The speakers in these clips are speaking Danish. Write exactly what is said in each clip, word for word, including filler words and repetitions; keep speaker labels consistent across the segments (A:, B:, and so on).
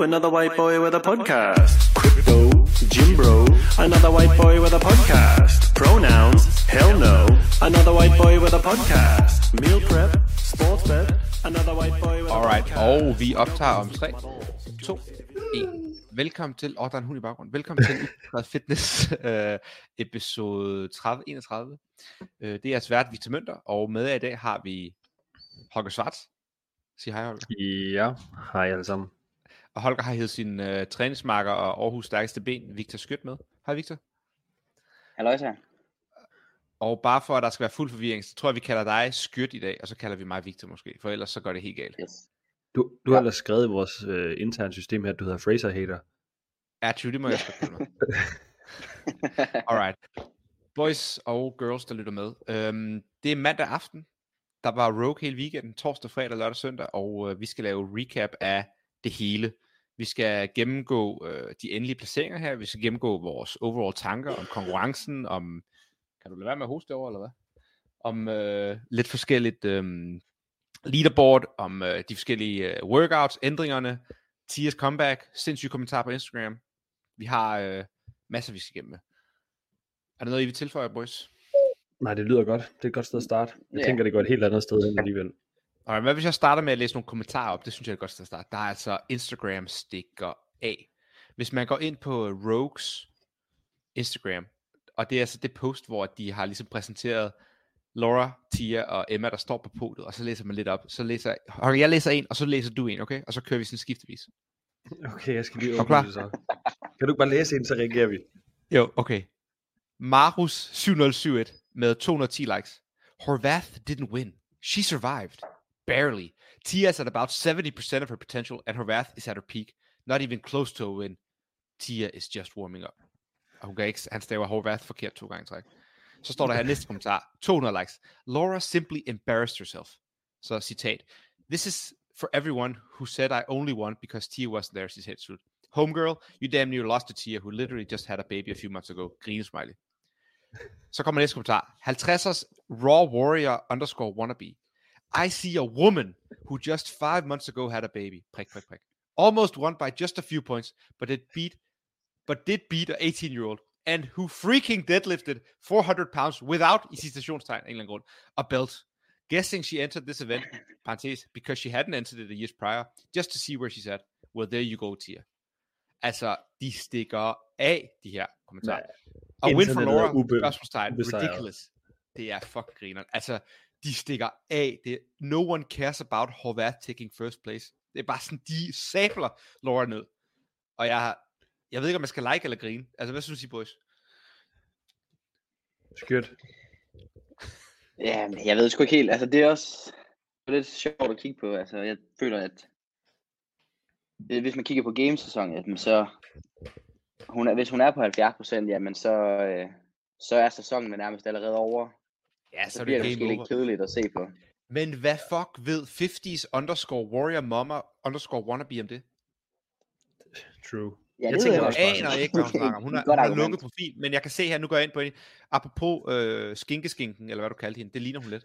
A: another white boy with a podcast. Crypto, Jim Bro, another white boy with a podcast. Pronouns, hell no, another white boy with a podcast. Meal prep, sports bet, another white boy with a
B: Alright,
A: podcast.
B: og vi optager om tre, to, en. Velkommen til, åh, oh, der er en hund i baggrunden. Velkommen til Ultra Fitness uh, episode tredive enogtredive. Uh, det er svært Victor Mønter, og med jer i dag har vi Holger Schwartz. Sig hej, Holger.
C: Ja, hej alle sammen.
B: Og Holger har hævet sin uh, træningsmarker og Aarhus stærkeste ben, Victor Skødt, med. Hej Victor.
D: Halløjsa.
B: Og bare for at der skal være fuld forvirring, så tror jeg vi kalder dig Skødt i dag, og så kalder vi mig Victor måske, for ellers så går det helt galt.
D: Yes.
C: Du, du har ellers skrevet i vores uh, interne system her, at du hedder Fraser Hater.
B: Ja, true, det må jeg skrive mig. Alright. Boys og girls, der lytter med. Øhm, det er mandag aften. Der var Rogue hele weekenden, torsdag, fredag, lørdag, søndag, og øh, vi skal lave recap af det hele. Vi skal gennemgå øh, de endelige placeringer her. Vi skal gennemgå vores overall tanker om konkurrencen, om... Kan du lade være med at hoste over, eller hvad? Om øh, lidt forskelligt øh, leaderboard, om øh, de forskellige øh, workouts, ændringerne, Tias comeback, sindssyge kommentarer på Instagram. Vi har øh, masser, vi skal igennem med. Er der noget, I vil tilføje, boys?
C: Nej, det lyder godt. Det er et godt sted at starte. Jeg
D: Ja.
C: tænker, det går et helt andet sted hen alligevel.
B: Alright, hvad hvis jeg starter med at læse nogle kommentarer op? Det synes jeg er et godt sted at starte. Der er altså Instagram stikker af. Hvis man går ind på Rogues Instagram, og det er altså det post, hvor de har ligesom præsenteret Laura, Tia og Emma, der står på podiet, og så læser man lidt op. Så læser jeg, jeg læser en, og så læser du en, okay? Og så kører vi sådan skiftevis.
C: Okay, jeg skal lige
B: Er du klar?
C: åbne det så. Kan du ikke bare læse en, så reagerer vi?
B: Jo, okay. Marus syv nul syv et med to hundrede og ti likes. Horvath didn't win. She survived. Barely. Tia's at about seventy percent of her potential, and Horvath is at her peak. Not even close to a win. Tia is just warming up. Og hun kan ikke, han staver Horvath forkert to gange træk. Så står der her næste kommentar. to hundrede likes. Laura simply embarrassed herself. Så citat. This is for everyone who said I only won because Tia wasn't there, she said. Slut. Homegirl, you damn near lost to Tia, who literally just had a baby a few months ago. Grine smiley. Så kommer næste kommentar. halvtredsers Raw Warrior underscore wannabe. I see a woman who just five months ago had a baby. Prik, prik, prik. Almost won by just a few points, but it beat, but did beat an eighteen-year-old, and who freaking deadlifted four hundred pounds without, i citationstegn, en eller anden grund, a belt. Guessing she entered this event, parenthesis, because she hadn't entered it the years prior, just to see where she's at. Well, there you go, Tia. Altså, de stikker af, de her kommentarer. Og win for
C: Internettet er
B: Laura,
C: ube-
B: spørgsmålstegn,
C: ubesejret.
B: ridiculous. Det er fucking grineren. Altså, de stikker af. Det, no one cares about Horvath taking first place. Det er bare sådan, de sabler Laura ned. Og jeg, jeg ved ikke, om jeg skal like eller grine. Altså, hvad synes I, boys?
C: Skørt.
D: Ja, men jeg ved sgu ikke helt. Altså, det er også lidt sjovt at kigge på. Altså, jeg føler, at øh, hvis man kigger på gamesæsonen, jamen, så hun er, hvis hun er på halvfjerds procent, jamen så, øh, så er sæsonen nærmest allerede over.
B: Ja,
D: Så, så bliver det måske lidt kedeligt at se på.
B: Men hvad fuck ved halvtreds underscore warrior mama underscore wannabe om det?
C: True.
D: Ja,
C: Jeg
D: det
C: tænker
D: ved
C: også
B: Jeg
C: bare-
B: aner ikke, hvad hun snakker om. Hun har,
D: Godt
B: hun har
D: argument.
B: lukket profil, men jeg kan se her, nu går jeg ind på en. Apropos øh, skinkeskinken, eller hvad du kaldte hende, det ligner hun lidt.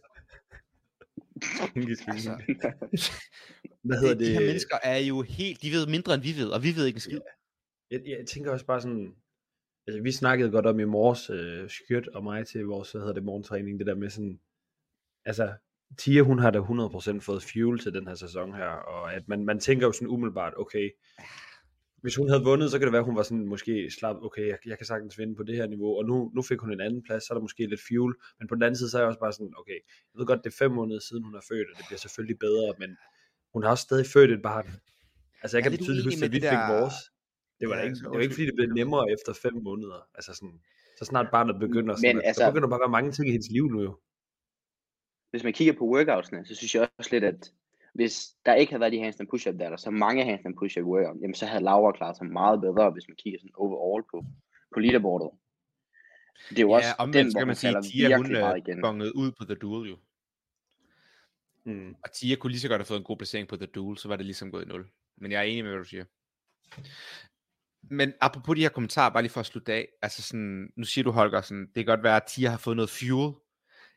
B: Altså,
C: Hvad hedder
B: de,
C: det?
B: de her mennesker er jo helt, de ved mindre end vi ved, og vi ved ikke en skid.
C: Jeg, jeg tænker også bare sådan, altså vi snakkede godt om i morges, øh, Skørt og mig til vores, hvad hedder det, morgentræning, det der med sådan, altså Tia, hun har da hundrede procent fået fuel til den her sæson her, og at man, man tænker jo sådan umiddelbart, okay, hvis hun havde vundet, så kan det være, at hun var sådan måske slap, okay, jeg, jeg kan sagtens vinde på det her niveau, og nu, nu fik hun en anden plads, så er der måske lidt fuel, men på den anden side, så er jeg også bare sådan, okay, jeg ved godt, det er fem måneder siden, hun er født, og det bliver selvfølgelig bedre, men hun har også stadig født et barn. Altså jeg
B: Er
C: kan
B: lidt
C: tydeligt
B: uenig
C: huske,
B: med
C: at vi
B: det
C: fik
B: der-
C: vores. Det var,
B: Ja,
C: da ikke,
B: så
C: det var ikke fordi, det blev nemmere efter fem måneder. Altså sådan, så snart barnet begynder, sådan,
D: Men
C: at,
D: altså-
C: der begynder bare at være mange ting i hendes liv nu jo.
D: Hvis man kigger på workoutsene, så synes jeg også lidt, at hvis der ikke havde været de handstand push-up der, der så mange handstand push-up workout, jamen så havde Laura klaret sig meget bedre, hvis man kigger sådan overall på, på leaderboardet. Det er jo også
B: Ja,
D: den,
B: omvendt
D: hvor
B: skal
D: man
B: man sige,
D: falder
B: Tia, hun
D: virkelig meget
B: er
D: igen.
B: bonget ud på The Duel jo.
C: Mm.
B: Og Tia kunne lige så godt have fået en god placering på The Duel, så var det ligesom gået i nul. Men jeg er enig med, hvad du siger. Men apropos de her kommentarer, bare lige for at slutte af, altså sådan, nu siger du, Holger, sådan, det kan godt være, at Tia har fået noget fuel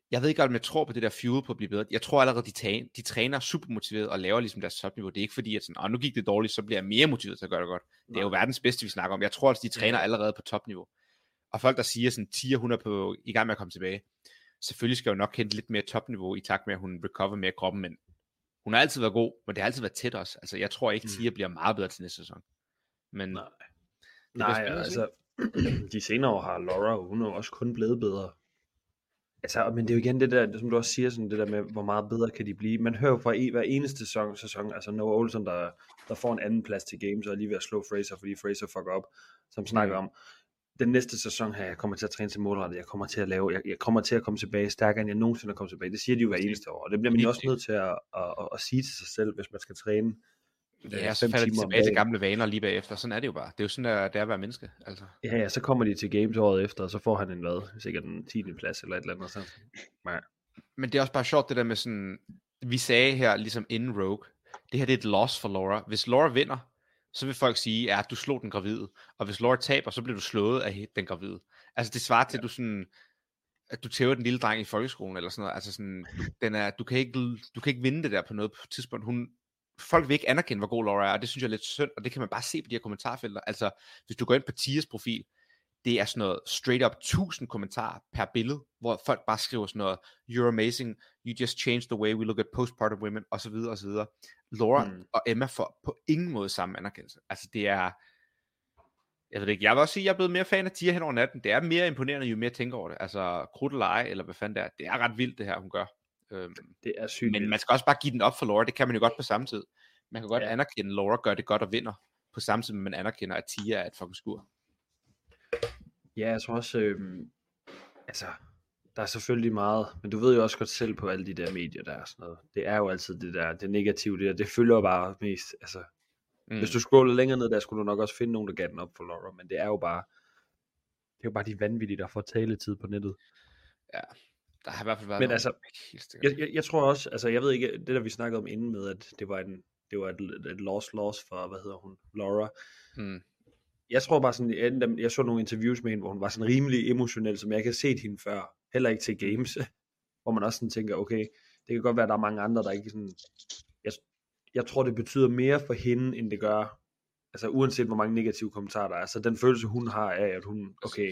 B: jeg ved ikke, om jeg tror på det der fuel på at blive bedre. Jeg tror allerede, de, træner, de træner super motiveret og laver ligesom deres topniveau. Det er ikke fordi, at sådan, nu gik det dårligt, så bliver jeg mere motiveret til at gøre det godt. Det er jo verdens bedste, vi snakker om. Jeg tror, at de træner allerede på topniveau. Og folk, der siger sådan, ti og hundrede på i gang med at komme tilbage, selvfølgelig skal jo nok hente lidt mere topniveau i takt med, at hun recover mere kroppen, men hun har altid været god, men det har altid været tæt også. Altså, jeg tror ikke, at Tia bliver meget bedre til næste sæson. Men
C: Nej, Nej altså, de senere år har Laura, hun er jo også kun blevet bedre. Altså, men det er jo igen det der, som du også siger, sådan det der med, hvor meget bedre kan de blive. Man hører jo fra e, hver eneste sæson, sæson, altså Noah Olsen, der, der får en anden plads til games, og er lige ved at slå Fraser, fordi Fraser fucker op, som snakker om, den næste sæson her, jeg kommer til at træne til målrettet, jeg kommer til at lave, jeg, jeg kommer til at komme tilbage stærkere, end jeg nogensinde er kommet tilbage. Det siger de jo hver eneste år, og det bliver man jo også nødt til at, at, at, at sige til sig selv, hvis man skal træne.
B: Ja, så falder de tilbage til gamle vaner lige bagefter. Sådan er det jo bare. Det er jo sådan, der, det er at være menneske. Altså.
C: Ja, ja, så kommer de til games året efter, og så får han en hvad? Sikkert en tiende plads eller et eller andet. Sådan. Ja.
B: Men det er også bare sjovt, det der med sådan, vi sagde her, ligesom inden Rogue, det her det er et loss for Laura. Hvis Laura vinder, så vil folk sige, at du slog den gravide. Og hvis Laura taber, så bliver du slået af den gravide. Altså det svarer til, at du sådan, at du tæver den lille dreng i folkeskolen, eller sådan noget. Altså sådan, den er, du, kan ikke, du kan ikke vinde det der på noget tidspunkt. Hun, folk vil ikke anerkende, hvor god Laura er, og det synes jeg er lidt synd, og det kan man bare se på de her kommentarfelter. Altså, hvis du går ind på Tias profil, det er sådan noget straight up tusind kommentarer per billede, hvor folk bare skriver sådan noget, you're amazing, you just changed the way we look at postpartum women, og så videre, og så videre. Laura mm. og Emma får på ingen måde samme anerkendelse. Altså, det er, jeg ved ikke, jeg vil også sige, at jeg er blevet mere fan af Tia hen over natten. Det er mere imponerende, jo mere jeg tænker over det. Altså, krudt eller ej, eller hvad fanden det er. Det er ret vildt, det her, hun gør. Øhm,
C: det er sygt.
B: Men man skal også bare give den op for Laura, det kan man jo godt på samme tid. Man kan godt ja. anerkende, at Laura gør det godt og vinder, på samme tid, men man anerkender, at Tia er et fucking skur.
C: Ja, jeg tror også, øhm, altså, der er selvfølgelig meget, men du ved jo også godt selv på alle de der medier, der er sådan noget. Det er jo altid det der, det negative, det der, det følger bare mest, altså, mm. hvis du scroller længere ned, der skulle du nok også finde nogen, der gav den op for Laura, men det er jo bare, det er jo bare de vanvittige, der får taletid på nettet.
B: Ja. Der har i hvert fald været
C: men altså, jeg, jeg, jeg tror også, altså jeg ved ikke, det der vi snakkede om inden med, at det var en, det var et, et loss loss for, hvad hedder hun, Laura. Hmm. Jeg tror bare sådan, jeg så nogle interviews med hende, hvor hun var sådan rimelig emotionel, som jeg ikke har set hende før, heller ikke til games, hvor man også sådan tænker, okay, det kan godt være, at der er mange andre, der ikke sådan, jeg, jeg tror det betyder mere for hende, end det gør, altså uanset hvor mange negative kommentarer der er, så den følelse hun har af, at hun, okay,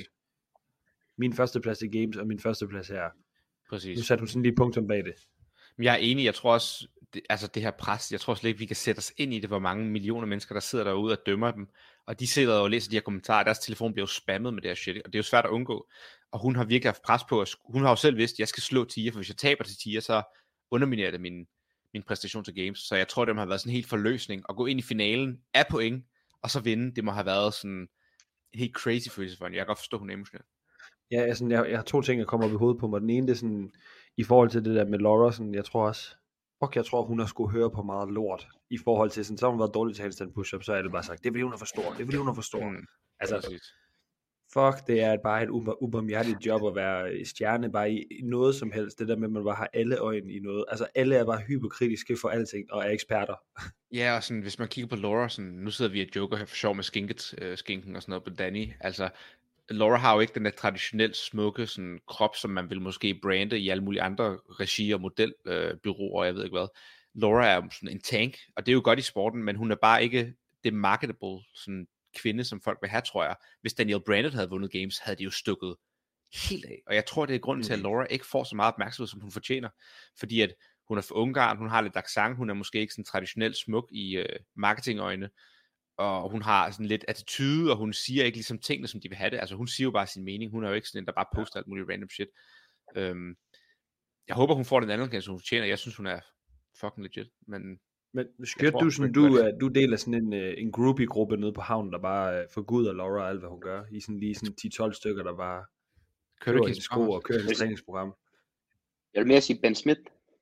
C: min første plads i games, og min første plads her,
B: præcis.
C: Nu satte hun sådan lige punktum bag det.
B: Men jeg er enig, jeg tror også, det, altså det her pres, jeg tror slet ikke, vi kan sætte os ind i det, hvor mange millioner mennesker, der sidder derude og dømmer dem, og de sidder og læser de her kommentarer, deres telefon bliver jo spammet med det her shit, og det er jo svært at undgå, og hun har virkelig haft pres på, hun har jo selv vidst, at jeg skal slå Tia, for hvis jeg taber til Tia, så underminerer det min, min præstation til games, så jeg tror, det må have været sådan en helt forløsning, at gå ind i finalen af point, og så vinde, det må have været sådan en helt crazy følelse for hende, jeg kan godt forstå, hun er emotionel.
C: Ja, jeg, sådan, jeg, jeg har to ting, der kommer op i hovedet på mig. Den ene, det er sådan, i forhold til det der med Laura, sådan, jeg tror også, fuck, jeg tror, hun har skulle høre på meget lort, i forhold til, sådan, så har hun været dårlig til handstand push-up, så er det bare sagt, det vil hun er for stor, det vil hun er for stor. Mm, altså, fuck, det er bare et ubarmhjertigt job at være stjerne, bare i, i noget som helst, det der med, at man bare har alle øjne i noget, altså alle er bare hyperkritiske for alting, og er eksperter.
B: Ja, og sådan, hvis man kigger på Laura, sådan, nu sidder vi og joker her for sjov med skinket, øh, skinken og sådan noget på Danny, altså, Laura har jo ikke den der traditionelt smukke sådan, krop, som man vil måske brande i alle mulige andre regi- og modelbyråer, øh, jeg ved ikke hvad. Laura er sådan en tank, og det er jo godt i sporten, men hun er bare ikke det marketable sådan, kvinde, som folk vil have, tror jeg. Hvis Danielle Brandon havde vundet games, havde de jo stukket helt af. Og jeg tror, det er grunden til, at Laura ikke får så meget opmærksomhed, som hun fortjener. Fordi at hun er fra Ungarn, hun har lidt accent, hun er måske ikke sådan traditionelt smuk i øh, marketingøjne, og hun har sådan lidt attitude, og hun siger ikke ligesom tingene, som de vil have det. Altså hun siger jo bare sin mening, hun er jo ikke sådan en, der bare poster alt muligt random shit. Øhm, jeg håber, hun får den anerkendelse, hun fortjener. Jeg synes, hun er fucking legit, men...
C: Men skørt du sådan, du, du deler sådan en, en groupie-gruppe nede på havnen, der bare uh, forguder Laura og alt, hvad hun gør, i sådan lige sådan ti tolv stykker, der bare kører hendes sko og kører hendes træningsprogram.
D: Jeg vil mere sige Ben Smith.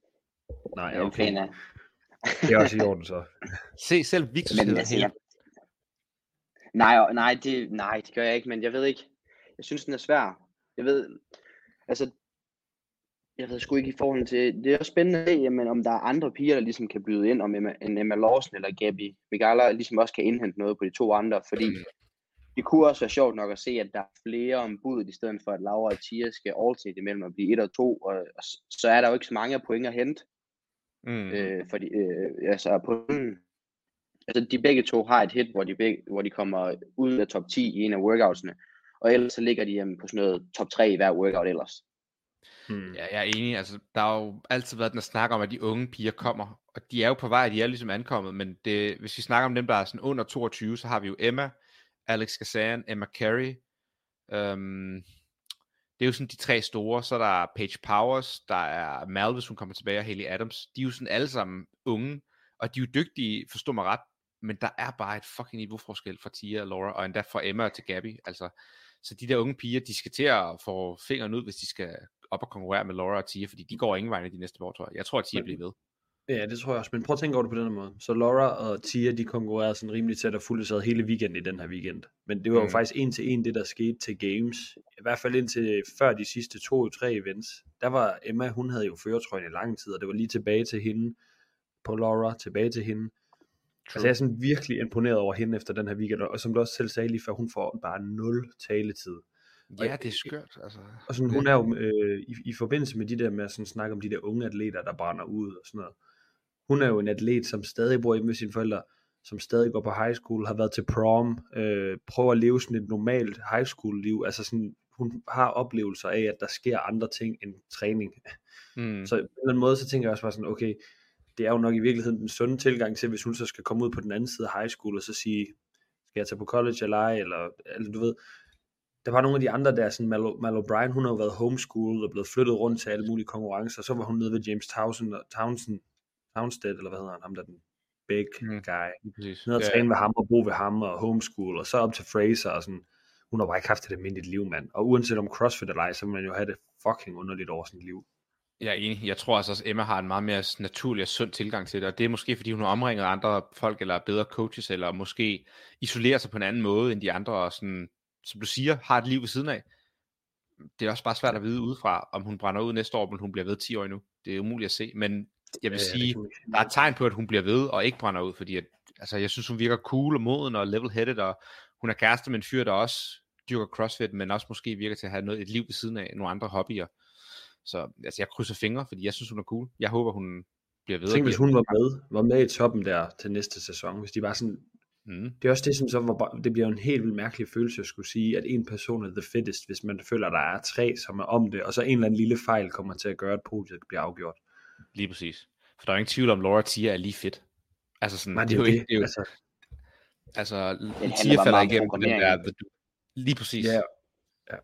C: Nej, okay. Det er også i orden så.
B: Se, selv Victor
D: men, altså, jeg... Nej, nej det, nej, det gør jeg ikke, men jeg ved ikke. Jeg synes, den er svær. Jeg ved, altså, jeg ved sgu ikke i forhold til, det er også spændende at se, jamen, om der er andre piger, der ligesom kan byde ind, om Emma, en Emma Lawson eller Gabby Vigala ligesom også kan indhente noget på de to andre, fordi det kunne også være sjovt nok at se, at der er flere om budet, i stedet for at Laura og Tia skal alternate imellem at blive et og to, og, og så er der jo ikke så mange point at hente.
B: Mm.
D: Øh, fordi, øh, altså, på, altså, de begge to har et hit, hvor de, begge, hvor de kommer ud af top ti i en af workoutsene, og ellers så ligger de hjemme på sådan noget top tre i hver workout ellers.
C: Hmm.
B: Ja, jeg er enig. Altså, der har jo altid været den at snakke om, at de unge piger kommer, og de er jo på vej, de er ligesom ankommet, men det, hvis vi snakker om dem, der er sådan under toogtyve, så har vi jo Emma, Alex Kazan, Emma Carey. Um, det er jo sådan de tre store. Så er der Paige Powers, der er Mal, hvis hun kommer tilbage, og Haley Adams. De er jo sådan alle sammen unge, og de er jo dygtige, forstå mig ret, men der er bare et fucking niveauforskel fra Tia og Laura, og endda fra Emma til Gabby. Altså, så de der unge piger, de skal til at få fingeren ud, hvis de skal op og konkurrere med Laura og Tia, fordi de går ingen vej de næste år, tror jeg. Jeg tror, at Tia bliver ved.
C: Ja, det tror jeg også, men prøv at tænke over det på den måde. Så Laura og Tia, de konkurrerede sådan rimelig tæt og fuldt hele weekenden i den her weekend. Men det var jo mm. faktisk en til en det, der skete til games. I hvert fald indtil før de sidste to tre events. Der var Emma, hun havde jo førertrøjen i lang tid, og det var lige tilbage til hende. På Laura, tilbage til hende. True. Altså jeg er sådan virkelig imponeret over hende efter den her weekend, og som du også selv sagde lige før, hun får bare nul taletid.
B: Ja, det er skørt. Altså.
C: Og sådan, hun er jo øh, i, i forbindelse med de der med at sådan snakke om de der unge atleter, der brænder ud og sådan noget. Hun er jo en atlet, som stadig bor hjemme med sine forældre, som stadig går på high school, har været til prom, øh, prøver at leve sådan et normalt high school liv. Altså sådan, hun har oplevelser af, at der sker andre ting end træning. Mm. Så på en eller anden måde, så tænker jeg også bare sådan, okay, det er jo nok i virkeligheden den sunde tilgang til, hvis hun så skal komme ud på den anden side af high school, og så sige, skal jeg tage på college eller ej, eller, eller du ved, der var nogle af de andre der, sådan Mal, Mal O'Brien, hun har jo været homeschooled og blevet flyttet rundt til alle mulige konkurrencer, og så var hun nede ved James Townsend, Townsend, Townsend eller hvad hedder han, ham der den big mm. guy, nede og træne ja. ved ham og bo ved ham og homeschool, og så op til Fraser, og sådan, hun har bare ikke haft et almindeligt liv, mand, og uanset om CrossFit eller ej, så vil man jo have det fucking underligt over sådan et liv.
B: Jeg er enig. Jeg tror altså, at Emma har en meget mere naturlig og sund tilgang til det, og det er måske, fordi hun har omringet andre folk, eller bedre coaches, eller måske isolerer sig på en anden måde, end de andre, og sådan, som du siger, har et liv ved siden af. Det er også bare svært at vide udefra, om hun brænder ud næste år, men hun bliver ved ti år endnu. Det er umuligt at se, men jeg vil ja, sige, der er tegn på, at hun bliver ved, og ikke brænder ud, fordi at, altså, jeg synes, hun virker cool og moden og level-headed, og hun er kæreste med en fyr, der også dyrker CrossFit, men også måske virker til at have noget, et liv ved siden af, nogle andre hobbyer. Så altså, jeg krydser fingre, fordi jeg synes, hun er cool. Jeg håber, hun bliver ved.
C: Tænk, hvis hun var med, var med i toppen der til næste sæson, hvis de var sådan, mm. det er også det, som så var, det bliver en helt vildt mærkelig følelse at skulle sige, at en person er the fittest, hvis man føler, at der er tre, som er om det, og så en eller anden lille fejl kommer til at gøre, at podiet bliver afgjort.
B: Lige præcis. For der er ingen tvivl om, Laura Tia er lige fedt. Altså sådan,
C: nej, det er jo det. det, det er jo, altså,
B: altså Tia falder igennem på den der, lige præcis.
C: Ja. Ja.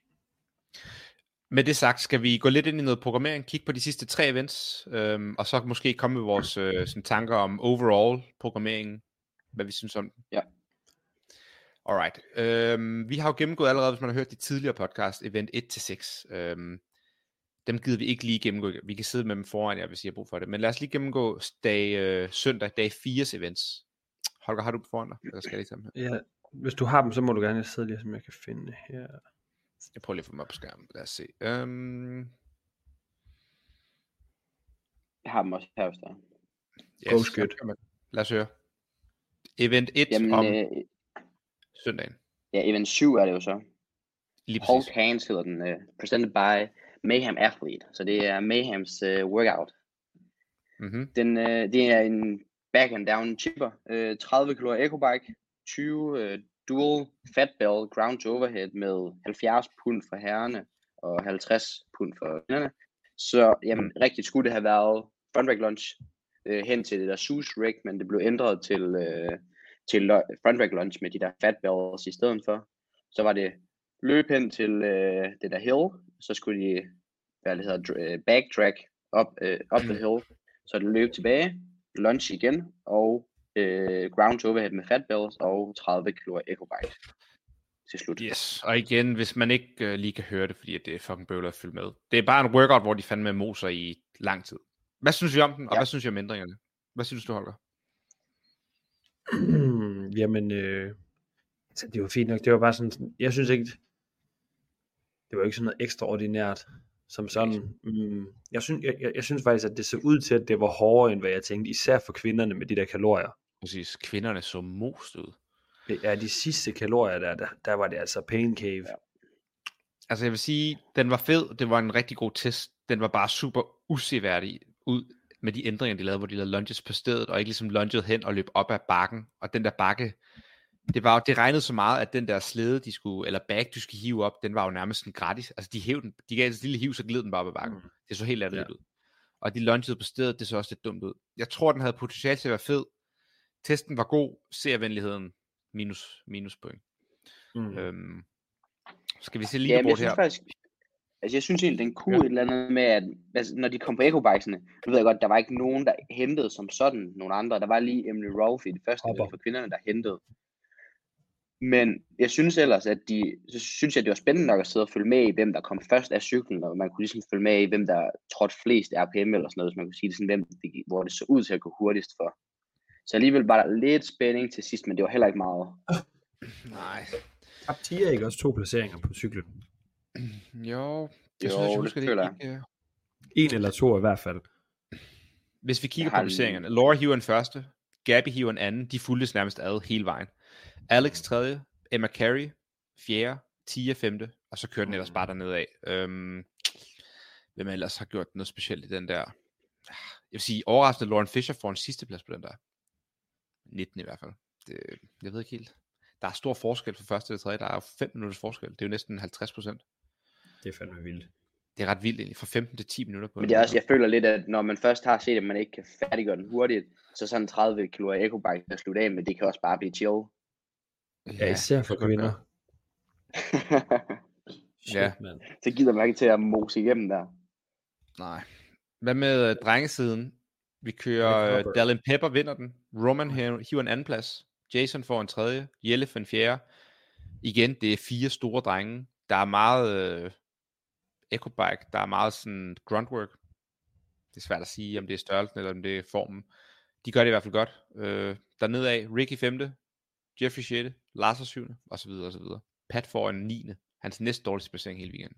B: Med det sagt, skal vi gå lidt ind i noget programmering, kigge på de sidste tre events, øhm, og så måske komme med vores øh, sådan tanker om overall programmeringen, hvad vi synes om den.
D: Ja.
B: Alright. Øhm, vi har jo gennemgået allerede, hvis man har hørt de tidligere podcast, event et til seks. Øhm, dem gider vi ikke lige gennemgå. Vi kan sidde med dem foran jer, hvis I har brug for det. Men lad os lige gennemgå dag, øh, søndag, dag fires events. Holger, har du dem foran dig? Eller skal jeg lige tage dem
C: her? Ja, hvis du har dem, så må du gerne sidde lige, som jeg kan finde her.
B: Jeg prøver lige at få dem op på skærmen. Lad os se. Um...
D: Jeg har dem også her, hvis der er.
C: Yes, good.
B: Lad os høre. Event et
D: Jamen,
B: om
D: øh...
B: søndagen.
D: Ja, event syv er det jo så.
B: Lige
D: Hulk Hands hedder den. Uh, presented by Mayhem Athlete. Så det er Mayhems uh, workout.
B: Mm-hmm.
D: Den, uh, det er en back and down chipper. Uh, tredive kilo echo bike. tyve uh, dual fat bell ground to overhead med halvfjerds pund for herrerne og halvtreds pund for kvinderne. Så jamen, rigtigt skulle det have været front rack lunge øh, hen til det der Zeus rig, men det blev ændret til, øh, til front rack lunge med de der fat bells i stedet for. Så var det løb hen til øh, det der hill, så skulle de hvad det hedder, backtrack op, øh, op the hill, så det løb tilbage, lunge igen og Uh, ground to overhead med fat bells og tredive kilo echo bike til slut.
B: Yes, og igen, hvis man ikke uh, lige kan høre det, fordi det er fucking bøvlet at følge med. Det er bare en workout, hvor de fandme moser i lang tid. Hvad synes vi om den, og ja. hvad synes vi om ændringerne? Hvad synes du, Holger?
C: Jamen, øh, altså, det var fint nok. Det var bare sådan, jeg synes ikke, det var ikke sådan noget ekstraordinært, som sådan, mm, jeg, synes, jeg, jeg, jeg synes faktisk, at det så ud til, at det var hårdere, end hvad jeg tænkte, især for kvinderne med de der kalorier.
B: Præcis, kvinderne så most ud.
C: Ja, de sidste kalorier der, der, der var det altså pain cave. Ja.
B: Altså jeg vil sige, den var fed, det var en rigtig god test, den var bare super useværdig ud med de ændringer, de lavede, hvor de lavede lunges på stedet, og ikke ligesom lungede hen og løb op ad bakken, og den der bakke, det var jo, det regnede så meget, at den der slæde, de skulle, eller bag, du skulle hive op, den var jo nærmest sådan gratis, altså de hævde den, de gav et lille hiv, så gled den bare op ad bakken, mm. det så helt ærligt ja. ud, og de lungede på stedet, det så også lidt dumt ud. Jeg tror, den havde potentiale til at være fed, testen var god, seervenligheden, minus, minus point. Mm. Øhm, skal vi se lige
D: ja,
B: bort her?
D: Faktisk, altså jeg synes egentlig, den kunne ja. et eller andet med, at altså, når de kom på ecobikesene, nu ved jeg godt, der var ikke nogen, der hentede som sådan nogle andre. Der var lige Emily Rolfe i det første for kvinderne, der hentede. Men jeg synes ellers, at de, så synes jeg, det var spændende nok at sidde og følge med i, hvem der kom først af cyklen, og man kunne ligesom følge med i, hvem der trådte flest R P M eller sådan noget, hvis man kunne sige det sådan, hvem, hvor det så ud til at gå hurtigst for. Så alligevel var der lidt spænding til sidst, men det var heller ikke meget.
B: Nej.
C: Top ti er ikke også to placeringer på cyklen?
B: Jo,
C: det
B: jeg synes, jeg husker, det, det ikke.
C: En eller to i hvert fald.
B: Hvis vi kigger på placeringerne. Laura hiver en første, Gabby hiver en anden, de fulgtes nærmest ad hele vejen. Alex tredje, Emma Carey fjerde, Tia femte, og så kører den ellers bare dernede af. Øhm, hvem ellers har gjort noget specielt i den der? Jeg vil sige, overraskende, Lauren Fisher får en sidste plads på den der. nitten i hvert fald. Det, jeg ved ikke helt. Der er stor forskel fra første til tredje. Der er jo fem minutters forskel. Det er jo næsten halvtreds procent.
C: Det er fandme vildt.
B: Det er ret vildt egentlig. Fra femten til ti minutter på.
D: Men det er også, jeg føler lidt, at når man først har set, at man ikke kan færdiggøre den hurtigt, så sådan tredive kalorier ecobike at slutte af med, det kan også bare blive chill.
C: Ja, især for kvinder.
B: Shit, ja.
D: Man. Det gider man ikke til at mose igennem der.
B: Nej. Hvad med uh, drengesiden? Vi kører uh, Dallin Pepper vinder den. Roman hiver en anden plads. Jason får en tredje. Jelle for en fjerde. Igen, det er fire store drenge. Der er meget uh, ecobike. Der er meget sådan gruntwork. Det er svært at sige, om det er størrelsen eller om det er formen. De gør det i hvert fald godt. Uh, dernede af Ricky femte. Jeffrey sjette. Lars er syvende. Og så videre og så videre. Pat får en niende. Hans næste dårligste placering hele weekenden.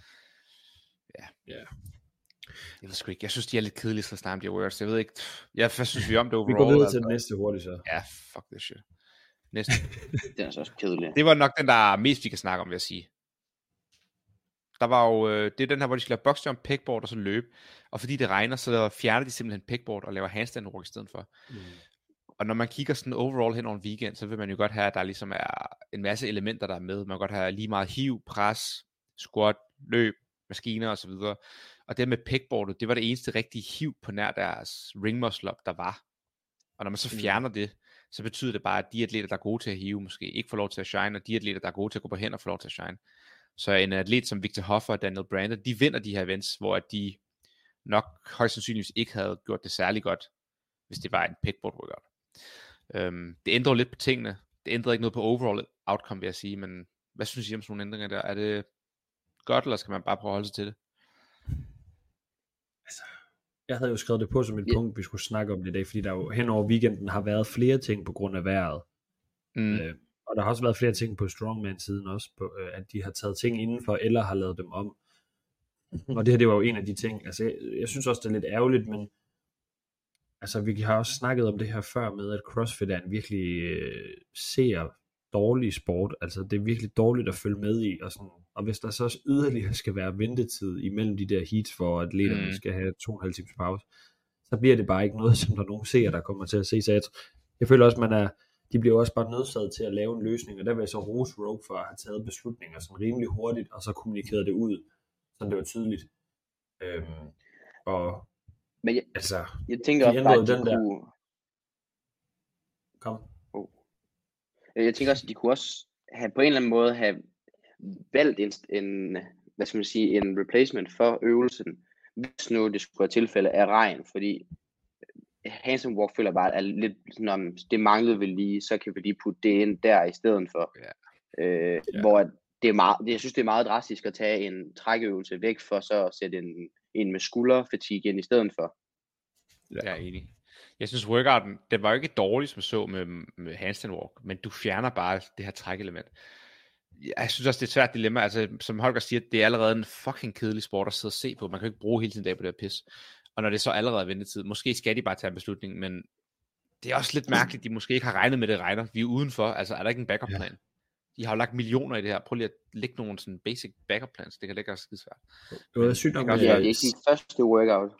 B: Ja.
C: Ja. Yeah.
B: Jeg ved sgu ikke. Jeg synes, de er lidt kedelige, så snart de awards. Jeg ved ikke. Jeg, hvad synes vi om det overall?
C: Vi går videre til altså. Den næste hurtigt så.
B: Ja, fuck this shit. Næste.
D: Den er så også kedelig.
B: Det var nok den, der er mest, vi kan snakke om, vil jeg sige. Der var jo, øh, det er den her, hvor de skal lave boxjump, pegboard og så løb. Og fordi det regner, så fjerner de simpelthen pegboard og laver handstand walk i stedet for. Mm. Og når man kigger sådan overall hen over en weekend, så vil man jo godt have, at der ligesom er en masse elementer, der er med. Man kan godt have lige meget hiv, pres, squat, løb, maskiner og så videre. Og det med pegboardet, det var det eneste rigtige hiv på nær deres ring muscle up, der var. Og når man så fjerner det, så betyder det bare, at de atleter, der er gode til at hive, måske ikke får lov til at shine, og de atleter, der er gode til at gå på hænder, får lov til at shine. Så en atlet som Victor Hoffer og Daniel Brander, de vinder de her events, hvor de nok højst sandsynligvis ikke havde gjort det særlig godt, hvis det var en pegboard workout. Um, det ændrer lidt på tingene. Det ændrer ikke noget på overall outcome, vil jeg sige, men hvad synes I om sådan nogle ændringer der? Er det godt, eller skal man bare prøve at holde sig til det?
C: Altså, jeg havde jo skrevet det på som et yeah. punkt, vi skulle snakke om det i dag, fordi der jo hen over weekenden har været flere ting på grund af vejret. Mm. Øh, og der har også været flere ting på Strongman-siden også, på, øh, at de har taget ting indenfor, eller har lavet dem om. Og det her, det var jo en af de ting. Altså, jeg, jeg synes også, det er lidt ærgerligt, men altså, vi har også snakket om det her før med, at CrossFit er en virkelig øh, ser dårlig sport. Altså, det er virkelig dårligt at følge med i. Og, sådan. Og hvis der så også yderligere skal være ventetid imellem de der heats, for at atleterne mm. skal have to og en halv times pause, så bliver det bare ikke noget, som der nogen ser, der kommer til at se. Så jeg, jeg føler også, man er, de bliver også bare nødsaget til at lave en løsning, og der vil jeg så rose Rogue for at have taget beslutninger sådan rimelig hurtigt, og så kommunikeret det ud, så det var tydeligt. Øhm, og
D: Men jeg,
C: altså,
D: jeg tænker også bare, at de
C: den der...
D: kunne...
C: Kom.
D: Oh. Jeg tænker også, at de kunne også have, på en eller anden måde have valgt en, en, hvad skal man sige, en replacement for øvelsen, hvis nu det skulle være tilfælde af regn, fordi handstand walk føler bare, at lidt sådan om, det manglede vi lige, så kan vi lige putte det ind der i stedet for. Ja. Øh, ja. Hvor det er meget, jeg synes, det er meget drastisk at tage en trækøvelse væk, for så at sætte en, en med skulderfatigue ind i stedet for.
B: Ja. Jeg er enig. Jeg synes, workouten, det var jo ikke dårligt, som så med, med handstand walk, men du fjerner bare det her trækelement. Jeg synes også, det er et svært dilemma. Altså, som Holger siger, det er allerede en fucking kedelig sport at sidde og se på. Man kan ikke bruge hele sin dag på det her pis. Og når det er så allerede ventetid, måske skal de bare tage en beslutning, men Det er også lidt mærkeligt, de måske ikke har regnet med, det regner. Vi er udenfor, altså er der ikke en backup plan? Ja. De har jo lagt millioner i det her. Prøv lige at lægge nogle sådan basic backup plans. Det kan lægge os skide svært.
C: Det var sygt nok.
D: Ja, det er ikke den første workout.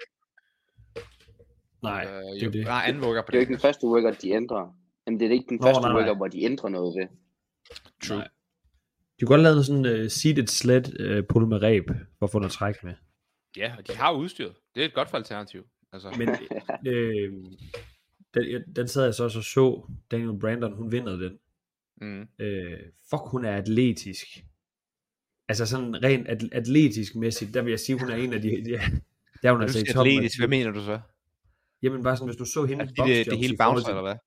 C: Nej,
B: øh,
C: det er det.
B: Nej, anden workout på
D: det er jo ikke den første workout, de ændrer. Jamen, det er ikke den
C: Nå,
D: første
C: nej, nej.
D: workout, hvor de ændrer noget ved.
B: True.
C: Nej. De kunne godt lave sådan en uh, seated sled uh, pulle med ræb, for at få noget træk med.
B: Ja, og de har udstyret. Det er et godt for alternativ. Altså.
C: Men øh, den, den sad jeg så og så, så Daniel Brandon, hun vinder den.
B: Mm.
C: Øh, fuck, hun er atletisk. Altså sådan rent at, atletisk mæssigt, der vil jeg sige, hun er en af de... de der er hun altså i toppen.
B: Atletisk, hvad mener du så?
C: Jamen bare sådan, hvis du så hende...
B: Det, det, det hele bouncer, eller hvad?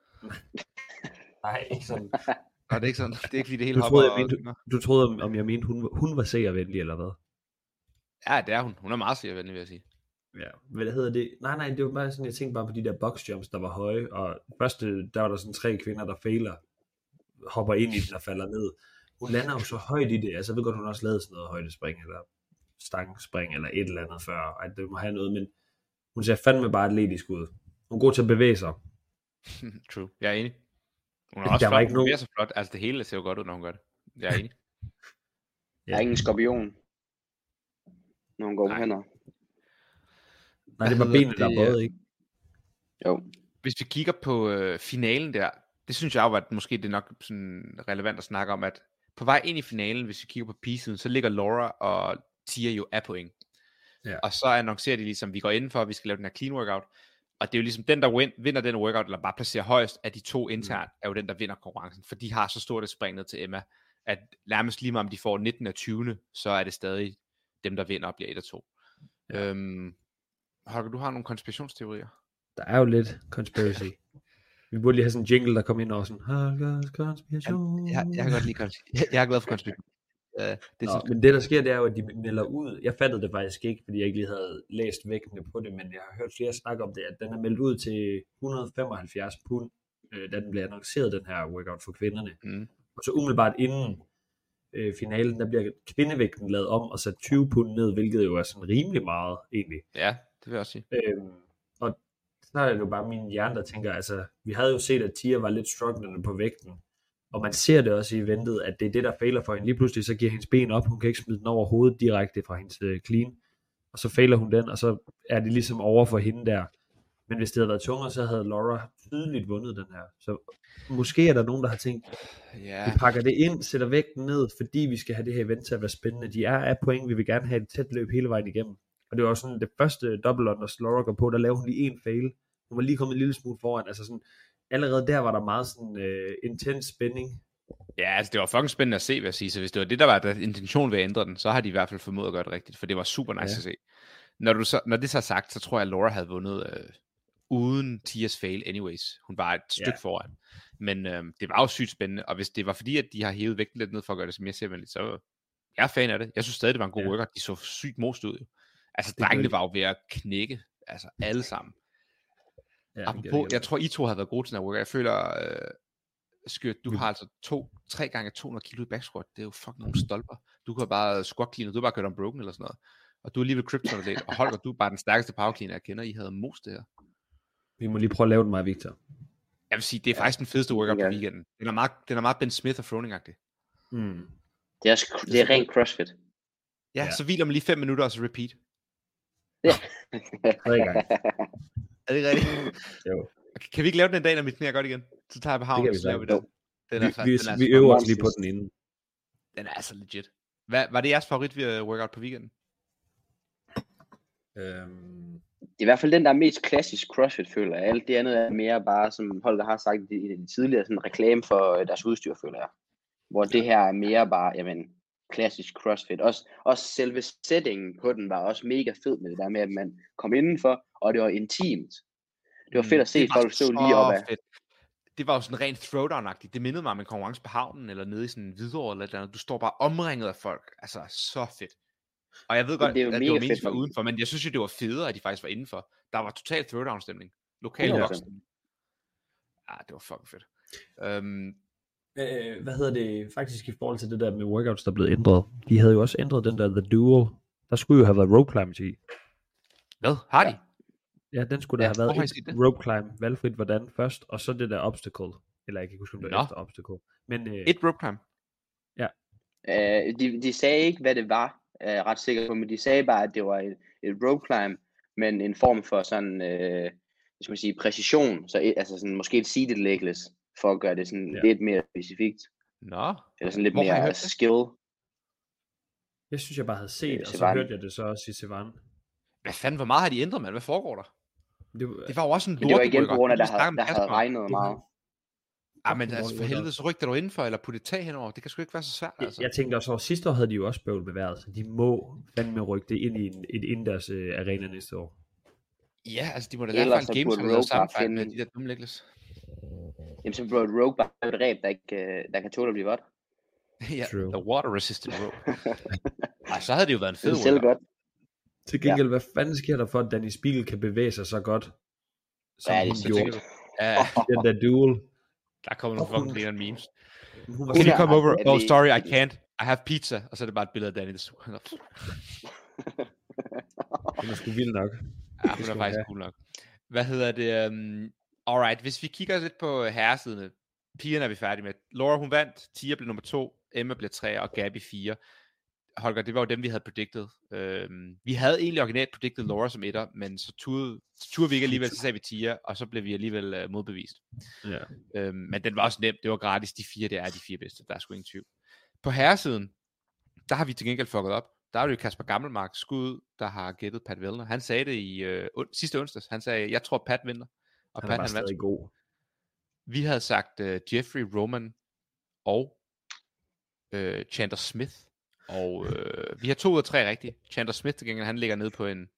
C: Nej, ikke sådan.
B: Nå, det er ikke sådan. Det er ikke fordi det hele
C: Du
B: hopper.
C: troede, jeg mente, du, du troede, om jeg mente, hun, hun var seervenlig, eller hvad?
B: Ja, det er hun. Hun er meget seervenlig, vil jeg sige.
C: Ja, hvad hedder det? Nej, nej, det var bare sådan, jeg tænkte bare på de der box jumps, der var høje, og første, der var der sådan tre kvinder, der fejler, hopper ind i den og falder ned. Hun lander jo så højt i det, altså jeg ved godt, hun også lavede sådan noget højdespring, eller stangspring, eller et eller andet før, at det må have noget, men hun ser fandme bare atletisk ud. Hun er god til at bevæge sig.
B: True, jeg er enig. Hun er også
C: Der var
B: flot,
C: ikke
B: hun
C: nogen-
B: er så flot, altså det hele ser jo godt ud, når hun gør det. Jeg er enig.
D: Der er ingen skorpion, når hun går på
B: Nej.
D: hænder.
C: Nej, det
B: Hvad
C: var
B: hedder
C: benene, der
B: det,
C: både, ikke?
D: Jo.
B: Hvis vi kigger på øh, finalen der, det synes jeg jo, at måske det er nok sådan relevant at snakke om, at på vej ind i finalen, hvis vi kigger på P-siden, så ligger Laura og Tia jo af point.
C: Ja.
B: Og så annoncerer de ligesom, at vi går indenfor, at vi skal lave den her clean workout. Og det er jo ligesom den, der win, vinder den workout, eller bare placerer højst af de to internt, er jo den, der vinder konkurrencen. For de har så stort et spring ned til Emma, at nærmest lige meget om de får nitten og tyve, så er det stadig dem, der vinder og bliver et af to. Ja. Øhm, Holger, du har nogle konspirationsteorier?
C: Der er jo lidt conspiracy. Vi burde lige have sådan en jingle, der kom ind over sådan, Holgers konspiration.
B: Jeg, jeg har godt lide konspirationer. Jeg, jeg er glad for konspiration. Uh, det er
C: Nå,
B: sådan,
C: men det der sker, det er jo, at de melder ud. Jeg fattede det faktisk ikke, fordi jeg ikke lige havde læst vægtene på det, men jeg har hørt flere snakke om det, at den er meldt ud til et hundrede og femoghalvfjerds pund, øh, da den blev annonceret, den her workout for kvinderne.
B: mm,
C: Og så umiddelbart inden øh, finalen, der bliver kvindevægten lavet om og sat tyve pund ned, hvilket jo er sådan rimelig meget egentlig.
B: ja, det vil jeg også sige.
C: Øhm, og så er det jo bare min hjerne, der tænker, altså, vi havde jo set, at Tia var lidt strugglende på vægten, og man ser det også i eventet, at det er det, der fejler for hende. Lige pludselig så giver hendes ben op, hun kan ikke smide den over hovedet direkte fra hendes uh, clean, og så fejler hun den, og så er det ligesom over for hende der. Men hvis det havde været tungere, så havde Laura tydeligt vundet den her. Så måske er der nogen, der har tænkt,
B: Ja,
C: vi pakker det ind, sætter vægten ned, fordi vi skal have det her event til at være spændende. De er af point, vi vil gerne have et tæt løb hele vejen igennem. Og det var sådan det første double unders Laura går på, der lavede hun lige en fail. Hun var lige kommet en lille smule foran. Altså sådan, allerede der var der meget sådan øh, intens spænding.
B: ja, altså det var fucking spændende at se, vil jeg sige. Så hvis det var det, der var der intention ved at ændre den, så har de i hvert fald formået at gøre det rigtigt, for det var super nice
C: Ja.
B: at se. Når, du så, når det så er sagt, så tror jeg, at Laura havde vundet øh, uden Tias fail anyways. Hun var et stykke
C: Ja.
B: foran. Men øh, det var jo sygt spændende, og hvis det var fordi, at de har hævet vægten lidt ned for at gøre det mere selvvenligt, så jeg er fan af det. Jeg synes stadig, det var en god
C: Ja.
B: workout. De så sygt most ud. Jo. Altså,
C: gør
B: drengene
C: de.
B: var jo ved at knække. Altså, alle sammen.
C: Ja,
B: Apropos, jeg tror, I to har været gode til den her workout. Jeg føler, øh, Skørt, du
C: Vi-
B: har altså to, tre gange to hundrede kilo i back squat. Det er jo fucking nogle stolper. Du kan bare squat clean, og du har bare kørt unbroken eller sådan noget. Og du er alligevel krypton lidt. Og Holger, du er bare den stærkeste power cleaner, jeg kender. I havde most det her.
C: Vi må lige prøve at lave den, mig, Victor.
B: Jeg vil sige, det er faktisk den fedeste workout på
D: Ja.
B: weekenden. Den er meget, den er meget Ben Smith og Froning-agtig.
C: Mm.
D: Det er, sk- det er rent CrossFit.
B: Ja,
C: Ja.
B: ja, så hviler man lige fem minutter, og så repeat.
C: Tre gange.
B: Er det rigtigt?
C: Jo.
B: Okay, kan vi ikke lave den en dag, når mit knæ er godt igen? Så tager jeg på havn,
C: Det kan vi
B: så laver vi
C: sagtens.
B: den. Den
C: Vi,
B: er,
C: vi,
B: den er,
C: vi
B: så-
C: øver os lige på den inden.
B: den er altså legit. Hvad, var det jeres favorit ved workout på weekenden?
C: Øhm,
D: Det er i hvert fald den, der er mest klassisk CrossFit, føler jeg. Alt det andet er mere bare, som Holger har sagt i det tidligere, sådan en reklame for øh, deres udstyr, føler jeg. Hvor det her er mere bare, jamen, klassisk CrossFit. Også, også selve settingen på den var også mega fed med det der med, at man kom indenfor, og det var intimt. Det var fedt at se
B: Det var
D: folk stå
B: så
D: lige op af.
B: fedt. Det var jo sådan rent throwdown-agtigt. Det mindede mig om en konkurrence på havnen, eller nede i sådan en Hvidovre eller et eller andet. Du står bare omringet af folk. Altså, så fedt. Og jeg ved godt,
D: det er jo
B: at det
D: mega
B: var
D: fedt,
B: mest for
D: man-
B: udenfor, men jeg synes jo, det var federe, at de faktisk var indenfor. Der var total throwdown-stemning. Lokal
D: hundrede
B: voksen.
D: procent.
B: Ja, det var fucking fedt. Um,
C: øh, hvad hedder det faktisk i forhold til det der med workouts, der er blevet ændret? De havde jo også ændret den der The Duel. Der skulle jo have været rope climbs i.
B: hvad? Har de?
C: Ja, den skulle der
B: Ja,
C: have
B: hvor har I
C: været
B: set det?
C: et rope climb, valgfrit hvordan først, og så det der obstacle. Eller jeg kan ikke huske, om det var
B: Nå.
C: efter obstacle. Men øh,
B: Et rope climb.
D: Øh, de, de sagde ikke, hvad det var, er jeg ret sikker på, men de sagde bare, at det var et, et rope climb, men en form for sådan, øh, hvad skal man sige, præcision, så et, altså sådan, måske et seated legless, for at gøre det sådan
C: Ja.
D: lidt mere specifikt,
B: Nå.
D: eller sådan lidt
B: Hvor har I
D: mere
B: hørt det?
D: skill.
C: jeg synes, jeg bare havde set,
D: Øh,
C: og så
D: Sevan.
C: hørte jeg det så også i Sevan.
B: Hvad fanden, hvor meget har de ændret, mand? Hvad foregår der?
C: Det, var-
B: Det var jo også en
D: Men det var igen
B: lorterykker.
D: på grund af,
B: Vi
D: at der,
B: snakker
D: havde,
B: om
D: der havde
B: Kasper.
D: regnet
C: Det var-
D: meget.
B: Ah, men
C: fucking
B: altså for
C: lorterykker.
B: helvede, så ryk dig du indenfor, eller putte et tag henover. Det kan sgu ikke være så svært,
C: Jeg,
B: altså.
C: jeg tænkte også over, sidste år havde de jo også bøvl beværet, så de må fandme rykke det ind i en, et indendørs øh, arena næste år.
B: Ja, altså de må da lade
D: Ellers
B: en
D: så
B: game,
D: burde
B: som lavet
D: Rogue bare
B: sammenfejl med
D: finde-
B: de der dumme legless.
D: Jamen så burde Rogue bare have et ræb, der, ikke, øh, der kan tåle at blive vådt.
B: Ja,
C: True.
B: the water resistant rope. Ej, så havde det jo været en
D: Det
B: fed
D: er selv
B: rykker.
D: godt.
C: Til gengæld, ja. Hvad fanden sker der for, at Danny Spiegel kan bevæge sig så godt, som
D: Ja, det
C: hun
D: synes
C: gjorde?
B: Ja,
C: Den der duel.
B: der kommer nogle fucking griner memes.
C: Hun var
B: Can you
D: er
B: come
D: ret
B: over? Oh,
D: atlet-
B: sorry, I can't. I have pizza. Og så er det bare et billede af Danny, der suger.
C: hun er sgu vild nok.
B: Ja, hun er faktisk cool nok. Hvad hedder det? Um, alright, hvis vi kigger lidt på herresiden. Pigerne er vi færdige med. Laura, hun vandt. Tia blev nummer to. Emma blev tre, og Gabby fire. Holger, det var jo dem, vi havde predicted. Øhm, vi havde egentlig originalt predicted Laura som etter, men så turde, turde vi ikke alligevel, så sagde vi Tia, og så blev vi alligevel øh, modbevist.
C: Ja.
B: Øhm, men den var også nemt, det var gratis, de fire, det er de fire bedste, der er sgu ingen tvivl. På herresiden, der har vi til gengæld fucket op. Der er det jo Kasper Gammelmark, skud, der har gættet Pat Vellner. Han sagde det i øh, on- sidste onsdags, han sagde, jeg tror Pat vinder. Og
C: Han er
B: Pat,
C: bare
B: han vandt.
C: stadig god.
B: Vi havde sagt øh, Jeffrey, Roman og øh, Chandler Smith. Og øh, vi har to ud af tre rigtige. Chandler Smith til gengæld, han ligger nede på en...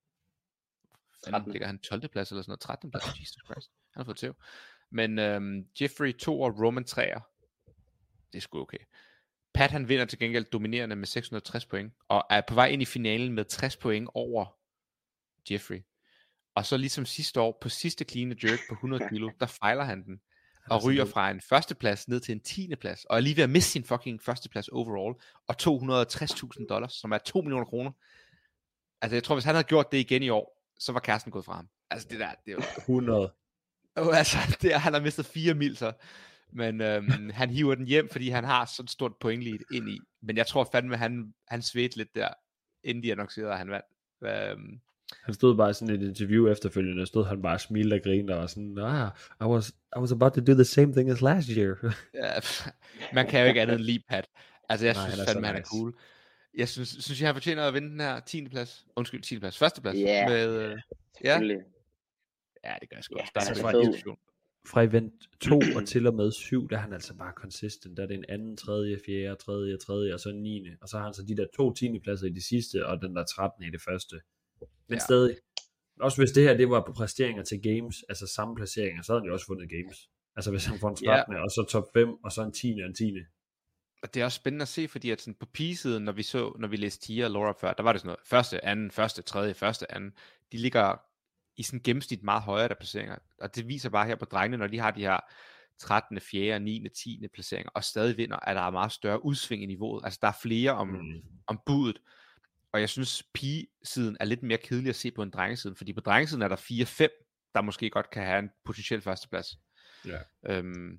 B: trettende ligger han tolvte plads eller sådan noget. trettende plads, Jesus Christ. Han har fået tæv. Men øhm, Jeffrey to og Roman treer. Det er sgu okay. Pat han vinder til gengæld dominerende med seks hundrede og tres point. Og er på vej ind i finalen med tres point over Jeffrey. Og så ligesom sidste år, på sidste clean jerk på hundrede kilo, der fejler han den. Og ryger fra en førsteplads ned til en tiende plads. Og er lige ved at miste sin fucking førsteplads overall. Og to hundrede og tres tusind dollars, som er to millioner kroner. Altså jeg tror, hvis han havde gjort det igen i år, så var kæresten gået fra ham. Altså det der, det var...
C: hundrede.
B: Oh, altså, det er, han har mistet fire mil så. Men øhm, han hiver den hjem, fordi han har sådan et stort pointlead ind i. Men jeg tror fandme, han, han svedte lidt der, inden de annoncerede, at han vandt. Øhm,
C: Han stod bare i sådan et interview efterfølgende, stod han bare og smilte og grinte og sådan, ah, I was, I was about to do the same thing as last year.
B: ja, man kan jo ikke andet end lide Pat. Altså jeg
C: Nej,
B: synes
C: han er
B: fandme,
C: så
B: han er
C: nice.
B: cool. Jeg synes, synes jeg, han fortjener at vinde den her tiende plads. Undskyld, tiende plads. Første plads.
D: Ja.
B: Med, øh, ja.
D: Selvfølgelig.
B: ja, det gør jeg sgu
D: Ja,
B: også. Der er
C: altså,
B: altså,
C: fra-
B: diskussion.
C: Fra event to og til og med syv, der er han altså bare consistent. Der er det en anden, tredje, fjerde, tredje, tredje og så en niende. Og så har han så de der to tiende pladser i det sidste, og den der trettende i det første. Men
B: Ja.
C: ja. stadig, også hvis det her, det var på præsteringer til games, altså samme placeringer, så havde han jo også vundet games. Altså hvis han får en trettende, ja. og så top fem, og så en tiende og en tiende.
B: Og det er også spændende at se, fordi at sådan på pigesiden, når vi så, når vi læste Tia og Laura før, der var det sådan noget, første, anden, første, tredje, første, anden, de ligger i sådan gennemsnit meget højere der placeringer, og det viser bare her på drengene, når de har de her trettende, fjerde, niende, tiende placeringer, og stadig vinder, at der er meget større udsving i niveauet, altså der er flere om, mm. om budet, og jeg synes pigesiden er lidt mere kedelig at se på en drengesiden, fordi på drengesiden er der fire fem, der måske godt kan have en potentiel førsteplads.
C: Ja.
B: Øhm,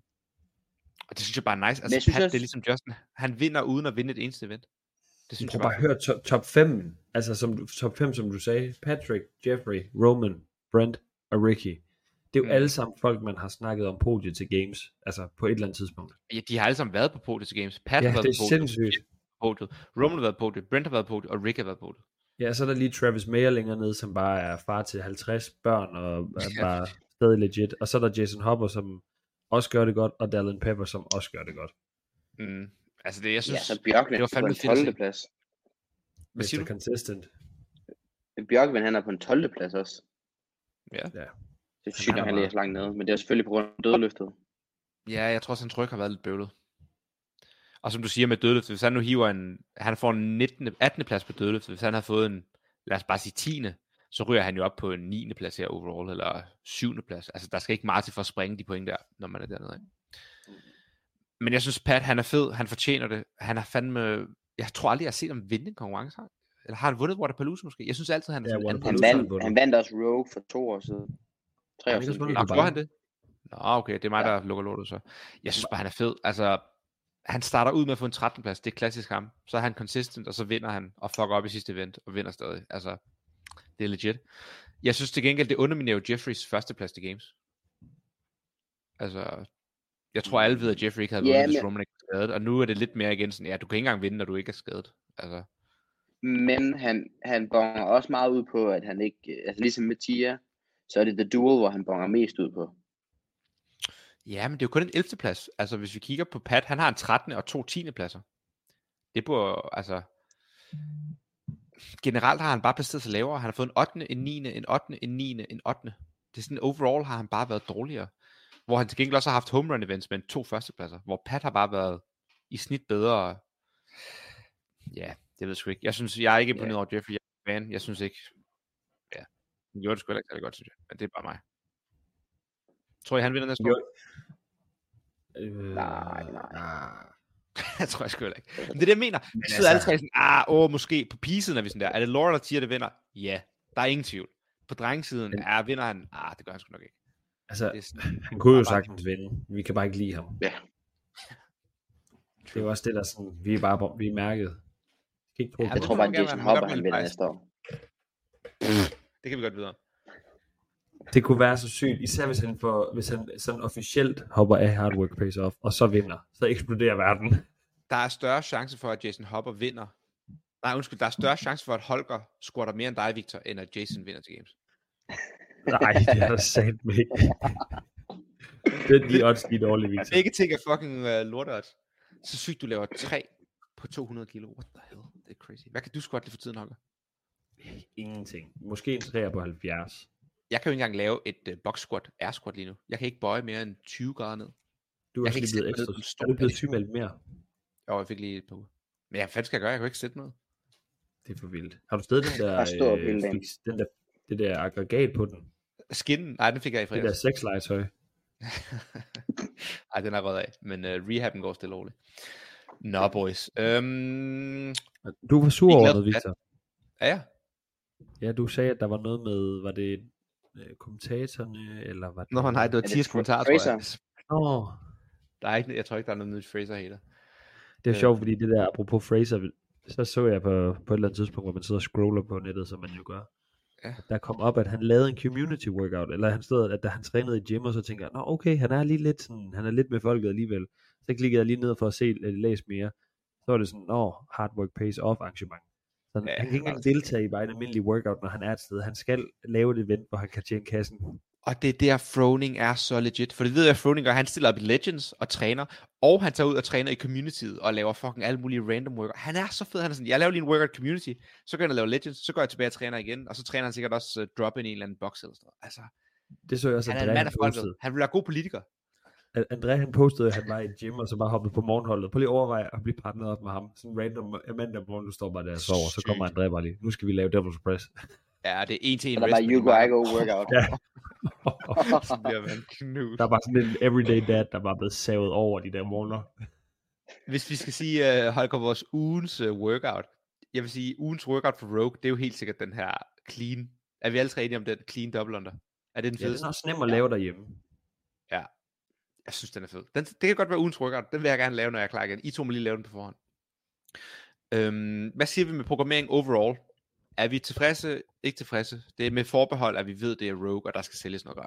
B: og det synes jeg bare er nice.
D: Men jeg
B: Altså
D: synes
B: Pat,
D: også-
B: det er ligesom Justin. Han vinder uden at vinde et eneste event. Det synes
C: Prøv
B: jeg
C: bare
B: bare.
C: at høre top, top fem, altså som, du- top fem, som du sagde, Patrick, Jeffrey, Roman, Brent og Ricky. Det er jo
B: Mm.
C: mm. alle sammen folk, man har snakket om podiet til games, altså på et eller andet tidspunkt.
B: Ja, de har alle sammen været på podiet til games. Pat
C: Ja,
B: har været
C: det
B: på
C: er
B: podiet.
C: sindssygt.
B: podiet. Roman har været på podiet. Brent har været på podiet. Og Rick har været på podiet.
C: Ja, så er der lige Travis Mayer længere nede, som bare er far til halvtreds børn, og er
B: Ja.
C: bare stadig legit. Og så er der Jason Hopper, som også gør det godt, og Dallin Pepper, som også gør det godt.
B: Mm. Altså det, jeg synes...
D: Ja, så Bjørkven
B: det var
D: er på
B: fandme
D: en
B: fedt at se.
D: tolvte plads.
B: Hvad siger
C: mister
B: du?
C: Consistent.
D: Bjørkven, han er på en tolvte plads også.
B: Ja.
C: Ja.
D: Det er
C: Han
D: sygt,
C: er
D: at han
C: bare-
D: ligger så langt nede, men det er selvfølgelig på grund af dødløftet.
B: Ja, jeg tror også, hans ryg har været lidt bøvlet. Og som du siger med dødløftet, hvis han nu hiver en... Han får en nittende, attende plads på dødløftet. Hvis han har fået en, lad os bare sige tiende, så ryger han jo op på en niende plads her overall, eller syvende plads. Altså, der skal ikke meget til for at springe de point der, når man er dernede. Men jeg synes, Pat, han er fed. Han fortjener det. Han har fandme... Jeg tror aldrig, jeg har set ham vinde en konkurrence. Eller har han vundet Wodapalooza måske? Jeg synes altid, han er
C: Ja,
B: sådan anden.
D: Han
C: Wodapalooza.
D: vandt, han vandt også Rogue for to år siden. Tre
C: Han
D: år
C: ikke også
D: siden.
C: vundet
B: Nå,
C: Dubai?
B: gjorde han det? Nå, okay, det er mig,
D: Ja.
B: der lukker lortet så. Jeg synes bare, han er fed. Altså, han starter ud med at få en trettende plads. Det er klassisk ham. Så er han consistent, og så vinder han, og fucker op i sidste event, og vinder stadig. Altså, det er legit. Jeg synes til gengæld, det underminerer jo Jeffreys førsteplads til Games. Altså, jeg tror alle ved, at Jeffrey ikke havde
D: Ja,
B: vundet, hvis
D: men-
B: Roman ikke var skadet. Og nu er det lidt mere igen sådan, ja, du kan ikke engang vinde, når du ikke er skadet. Altså,
D: Men han, han bonger også meget ud på, at han ikke, altså ligesom med Tia, så er det The Duel, hvor han bonger mest ud på.
B: ja, men det er jo kun en ellevte plads. Altså, hvis vi kigger på Pat, han har en trettende og to tiende pladser. Det burde, altså... Generelt har han bare placeret sig lavere. Han har fået en ottende, en niende, en ottende, en niende, en ottende. Det er sådan, overall har han bare været dårligere. Hvor han til gengæld også har haft home run events med to førstepladser. Hvor Pat har bare været i snit bedre. Ja, det ved jeg sgu ikke. Jeg synes, jeg er ikke imponeret over Jeffrey. Jeg er fan. Jeg synes ikke... Ja, han gjorde det sgu heller ikke særlig godt, synes jeg. Men det er bare mig. Tror I, han vinder næste år?
C: Øh,
D: Nej, nej.
C: ah.
B: Jeg tror jeg sgu heller ikke. Men det er det, jeg mener. Vi
C: Men
B: sidder alle
C: altså-
B: tre sådan, ah, åh, måske på pigesiden er vi sådan der. Er det Laura, der Tia, der vinder? Ja, der er ingen tvivl. På drengesiden,
C: Men-
B: ja, vinder han? Ah, det gør han sgu nok ikke.
C: Altså,
B: Det er sådan,
C: han kunne jo
B: bare-
C: sagtens vinde. Vi kan bare ikke lide ham.
D: Ja.
C: Det er jo også det, der sådan, vi er bare vi er mærket. Jeg kan ikke tro
B: Ja,
C: på
D: Jeg
B: det
D: tror
C: det.
D: bare,
B: må
D: at
B: gerne
D: Jason
B: være- han må
D: Hopper,
B: godt
D: han
B: blive
D: vinder
B: biased.
D: næste år.
B: Det kan vi godt videre.
C: Det kunne være så sygt, især hvis han, får, hvis han sådan officielt hopper af Hard Work Pays Off, og så vinder. Så eksploderer verden.
B: Der er større chance for, at Jason Hopper vinder. Nej, undskyld, der er større chance for, at Holger squatter mere end dig, Victor, end at Jason vinder til Games.
C: Nej, det er der sandt med ikke. Det er de odds, de er dårlige, Victor.
B: Begge ting er fucking uh, lorteodds. Så sygt, du laver tre på to hundrede kilo. What the hell? Det er crazy. Hvad kan du squatte lige for tiden, Holger?
C: Ingenting. Måske en træer på halvfjerds.
B: Jeg kan jo ikke engang lave et uh, box squat, air squat lige nu. Jeg kan ikke bøje mere end tyve grader ned.
C: Du er
B: Jeg
C: også
B: kan ikke
C: lige blevet
B: sætte mig ned
C: ekstra.
B: på en stol.
C: Er du blevet sygemeldt mere?
B: Jo, jeg fik lige et par uger. Men hvad fanden skal jeg gøre? Jeg kan jo ikke sætte noget.
C: Det er for vildt. Har du stadig den der,
D: Bare stå op
C: øh,
D: hele dagen.
C: fix, den der, det der aggregat på den?
B: Skinnen? Nej, den fik jeg i
C: Det der
B: fredags.
C: sexlegetøj?
B: Ej, den er rød af. Men uh, rehaben går stille og roligt. Nå, boys. Øhm,
C: Du var sur
B: Vi er
C: over
B: glade
C: noget,
B: for
C: Victor.
B: er jeg?
C: Ja, du sagde, at der var noget med, var det øh, kommentatorerne, eller var det...
B: Nå, nej, det var
D: det
B: Tiers
D: Fra-
B: kommentar, tror jeg.
D: Fraser?
C: Åh,
B: Der er ikke, jeg tror ikke, der er noget nyt Fraser heller.
C: det er
B: Øh.
C: sjovt, fordi det der, apropos Fraser, så så jeg på, på et eller andet tidspunkt, hvor man sidder og scroller på nettet, som man jo gør.
B: Ja.
C: At der kom op, at han lavede en community workout, eller han stod, at da han trænede i gym, og så tænker jeg, nå okay, han er lige lidt sådan, han er lidt med folket alligevel. Så klikkede jeg lige ned for at se, at læse mere. Så var det sådan, nå, hard work pays off arrangement. Så
B: Ja,
C: ja, han kan ikke engang deltage i bare en almindelig workout, når han er et sted. Han skal lave et event, hvor han kan tjene kassen.
B: Og det er der, Froning er så legit. For det ved jeg, at Froning gør, han stiller op i Legends og træner, og han tager ud og træner i communityet, og laver fucking alle mulige random workout. Han er så fed, han er sådan, jeg laver lige en workout community, så går jeg ind og laver Legends, så går jeg tilbage og træner igen, og så træner han sikkert også uh, drop in en eller anden box eller sådan noget. Altså,
C: Det så jeg også,
B: han
C: at
B: er en
C: André
B: mand
C: han
B: af folket.
C: postede.
B: Han vil være god politiker.
C: At André han postede, at han var i et gym, og så bare hoppede på morgenholdet. Prøv lige at overveje at blive partneret op med ham. Sådan random mandag morgen, du står bare der og sover, så kommer André bare lige. Nu skal vi lave Devil's Press.
B: Ja, det er en til en
D: Så der var
B: wrestling.
D: Hugo Igo workout.
C: Ja.
B: Så bliver man knust.
C: Der er bare sådan en everyday dad, der bare er blevet savet over de der morgener.
B: Hvis vi skal sige, uh, Holger, vores ugens uh, workout. Jeg vil sige, ugens workout for Rogue, det er jo helt sikkert den her clean. Er vi alle tre enige om den clean double under? Er det den
C: Ja, den
B: fedeste?
C: er også nem at lave derhjemme.
B: Ja. Jeg synes, den er fed. Den, det kan godt være ugens workout. Den vil jeg gerne lave, når jeg er klar igen. I to må lige lave den på forhånd. Øhm, hvad siger vi med programmering overall? Er vi tilfredse? Ikke tilfredse? Det er med forbehold, at vi ved, det er Rogue, og der skal sælges noget grej.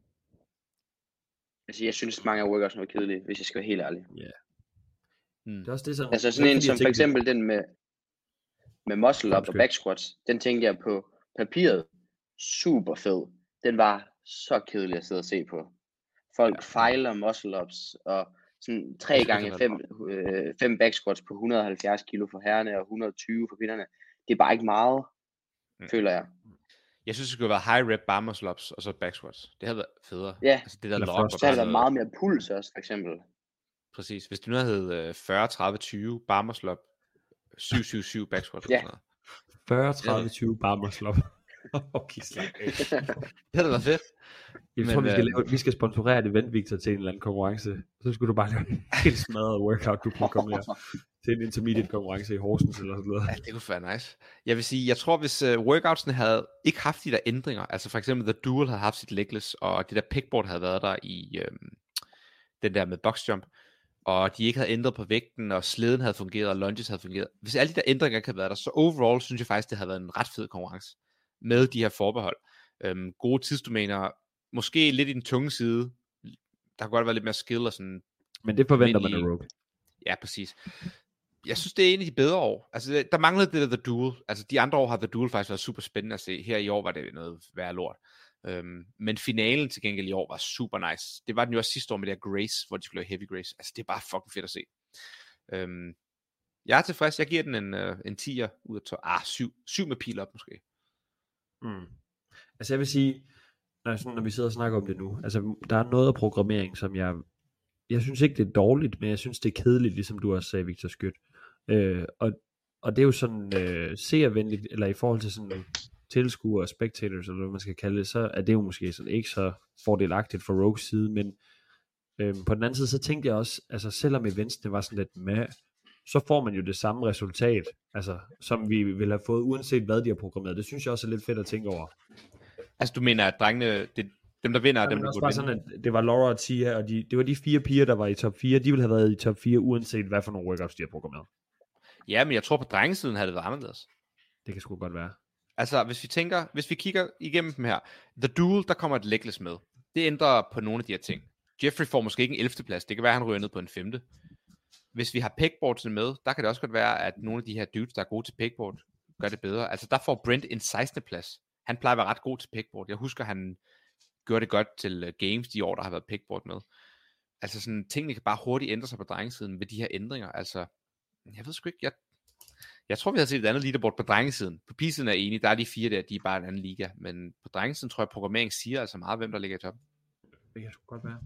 D: Altså, jeg synes, mange af workouts var kedelige, hvis jeg skal være helt ærlig.
B: Hmm.
C: Det er også det sådan...
D: Altså
C: det er
D: sådan en
C: fordi,
D: som
C: jeg
D: for
C: tænker-
D: eksempel den med, med muscle up og
C: Undskyld.
D: back squats, den tænkte jeg på papiret, super fed. Den var så kedelig at sidde og se på. Folk ja. fejler muscle ups, og sådan tre
B: Det
D: gange
B: kan
D: fem, øh, fem back squats på et hundrede og halvfjerds kilo for herrerne og et hundrede og tyve for kvinderne. Det er bare ikke meget,
B: Mm.
D: føler jeg.
B: Jeg synes, det skulle være high rep bar muscle ups, og så back squats. Det havde været federe.
D: Ja.
B: Altså det der
C: Eller
B: log,
C: thrust.
B: hvor
D: Så har
B: bare
D: der været
B: noget-
D: meget mere puls også, for eksempel.
B: Præcis. Hvis det nu havde fyrre, tredive, tyve bar muscle up, syv syv syv back squats.
D: Ja.
B: Ja. Sådan noget.
C: fyrre, tredive, tyve barmer slop. Okay, slap af.
B: Det havde været fedt.
C: Jeg
B: Men,
C: tror, vi skal,
B: øh,
C: lave, vi skal sponsorere et event, Victor, til en eller anden konkurrence. Så skulle du bare lave en helt smadret workout, du programmerer. til en intermediate konkurrence i Horsens eller sådan noget.
B: Ja, det kunne være nice. Jeg vil sige, jeg tror, hvis uh, workoutsene havde ikke haft de der ændringer, altså for eksempel The Duel havde haft sit legless, og det der pegboard havde været der i øhm, den der med boxjump, og de ikke havde ændret på vægten, og slæden havde fungeret, og lunges havde fungeret. Hvis alle de der ændringer ikke havde været der, så overall synes jeg faktisk, det havde været en ret fed konkurrence med de her forbehold. Øhm, gode tidsdomæner, måske lidt i den tunge side, der kunne godt være lidt mere skill og sådan.
C: Men det forventer
B: almindelige...
C: man af Rogue.
B: Ja, præcis. Jeg synes, det er en af de bedre år. Altså, der manglede det der The Duel. Altså, de andre år har The Duel faktisk været super spændende at se. Her i år var det noget værre lort. Øhm, men finalen til gengæld i år var super nice. Det var den jo også sidste år med det her Grace, hvor de skulle lave Heavy Grace. Altså, det er bare fucking fedt at se. Øhm, jeg er tilfreds. Jeg giver den en, uh, en tier ud af tolv. Ah, syv. syv med pil op måske.
C: Mm. Altså, jeg vil sige, når, sådan, når vi sidder og snakker om det nu, altså, der er noget af programmering, som jeg... Jeg synes ikke, det er dårligt, men jeg synes, det er kedeligt, ligesom du også sagde, Victor Skyt. Øh, og, og det er jo sådan øh, seervenligt, eller i forhold til sådan tilskuere og spectators, eller hvad man skal kalde det, så er det jo måske sådan ikke så fordelagtigt for Rogues side, men øh, på den anden side, så tænkte jeg også, altså selvom eventsene var sådan lidt med, så får man jo det samme resultat, altså som vi ville have fået, uanset hvad de har programmeret. Det synes jeg også er lidt fedt at tænke over.
B: Altså, du mener, at drengene, det, dem der vinder,
C: ja,
B: dem der
C: også
B: burde
C: bare
B: vinde?
C: sådan, at det var Laura og Tia, og de, det var de fire piger, der var i top fire, de ville have været i top fire, uanset hvad for nogle workouts de har programmeret.
B: Ja, men jeg tror på drengesiden havde det været anderledes.
C: Det kan sgu godt være.
B: Altså, hvis vi tænker, hvis vi kigger igennem dem her, The Duel, der kommer et legless med. Det ændrer på nogle af de her ting. Jeffrey får måske ikke en ellevte plads. Det kan være, at han ryger ned på en femte. Hvis vi har pegboardsene med, der kan det også godt være, at nogle af de her dudes, der er gode til pegboard, gør det bedre. Altså, der får Brent en sekstende plads. Han plejer at være ret god til pegboard. Jeg husker, han gjorde det godt til uh, games de år, der har været pegboard med. Altså, sådan, tingene kan bare hurtigt ændre sig på drengesiden ved de her ændringer. Altså, jeg ved sgu ikke, jeg Jeg tror, vi har set et andet leaderboard på drengesiden. På pigesiden er jeg enig, der er de fire der, de er bare en anden liga. Men på drengesiden tror jeg, programmering siger altså meget, hvem der ligger i toppen.
C: Det kan sgu godt være.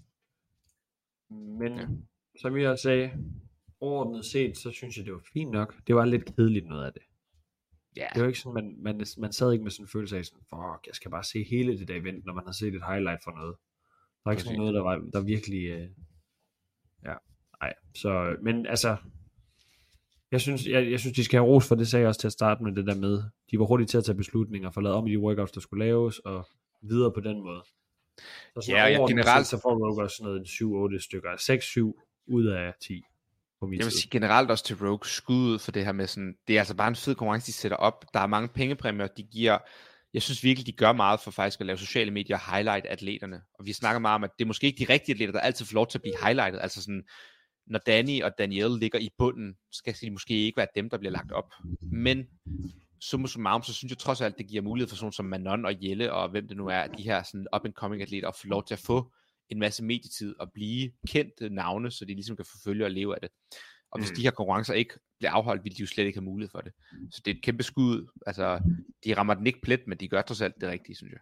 C: Men
B: Ja.
C: ja. Som jeg sagde, overordnet set, så synes jeg, det var fint nok. Det var lidt kedeligt noget af det.
B: Ja,
C: Det var ikke sådan, man, man, man sad ikke med sådan en følelse af sådan, fuck, jeg skal bare se hele det der event, når man har set et highlight for noget. Der var ikke sådan noget, der var der virkelig, øh... ja, nej. Så, men altså, jeg synes, jeg, jeg synes, de skal have ros for det, sagde jeg også til at starte med det der med. De var hurtige til at tage beslutninger, for lavet om i de workouts, der skulle laves, og videre på den måde. Så sådan
B: Ja, og jeg
C: overordnet
B: generelt-
C: set, så får Rogue også sådan noget syv otte stykker. seks syv ud af ti på min
B: jeg vil
C: side.
B: sige generelt også til Rogue, skud ud for det her med sådan, det er altså bare en fed konkurrence, de sætter op. Der er mange pengepræmier, de giver. Jeg synes virkelig, de gør meget for faktisk at lave sociale medier og highlight atleterne. Og vi snakker meget om, at det er måske ikke de rigtige atleter, der altid får lov til at blive highlightet. Altså sådan, når Danny og Danielle ligger i bunden, skal de måske ikke være dem, der bliver lagt op. Men summa summarum, så synes jeg trods alt, det giver mulighed for sådan som Manon og Jelle, og hvem det nu er, de her sådan up-and-coming atleter, at få lov til at få en masse medietid og blive kendte navne, så de ligesom kan forfølge og leve af det. Og hvis
C: Mm.
B: de her konkurrencer ikke bliver afholdt, vil de jo slet ikke have mulighed for det. Så det er et kæmpe skud. Altså, de rammer den ikke plet, men de gør trods alt det rigtige, synes jeg.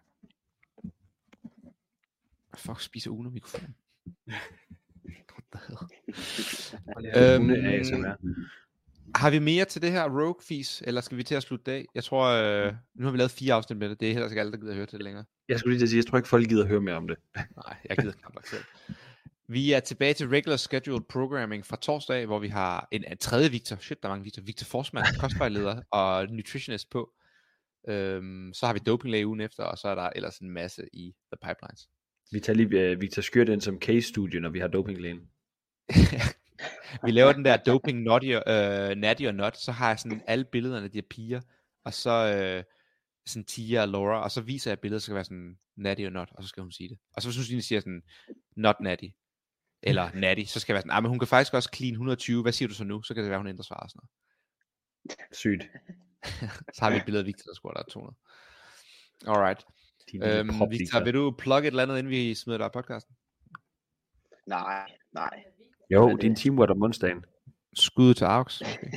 B: Fuck, spiser Uno mikrofonen.
C: Øhm,
B: Øhm, Har vi mere til det her Rogue-fis, eller skal vi til at slutte af? Jeg tror, øh, nu har vi lavet fire afsnit med det. Det er heller ikke alle, der gider at høre til det længere.
C: Jeg skulle lige til at sige, jeg tror ikke, folk gider at høre mere om det.
B: Nej, jeg gider knap nok selv. Vi er tilbage til regular scheduled programming fra torsdag, hvor vi har en, en tredje Victor. Shit, der er mange Victor. Victor Forsman, kostvejleder og nutritionist på. Øhm, så har vi dopinglæge ugen efter, og så er der ellers en masse i The Pipelines.
C: Vi tager lige uh, Victor Skyrt ind som case-studie, når vi har dopinglægen.
B: Vi laver den der doping naughty, uh, natty or not, så har jeg sådan alle billederne af de her piger, og så uh, sådan Tia og Laura, og så viser jeg billedet, så skal være sådan natty or not, og så skal hun sige det. Og så hvis hun lige siger sådan, not natty, eller natty, så skal jeg være sådan, ah, men hun kan faktisk også clean et hundrede og tyve, hvad siger du så nu? Så kan det være, hun ændrer svar og sådan noget.
C: Sygt.
B: Så har vi et billede af Victor, der scorer der er to hundrede. Alright.
C: Din lille
B: Øhm,
C: prop,
B: Victor, vil du plugge et eller andet, inden vi smider dig af podcasten?
D: Nej, nej.
C: Jo,
D: Men,
C: din
D: øh,
C: teamwork om onsdagen.
B: Skud til Aux. Okay.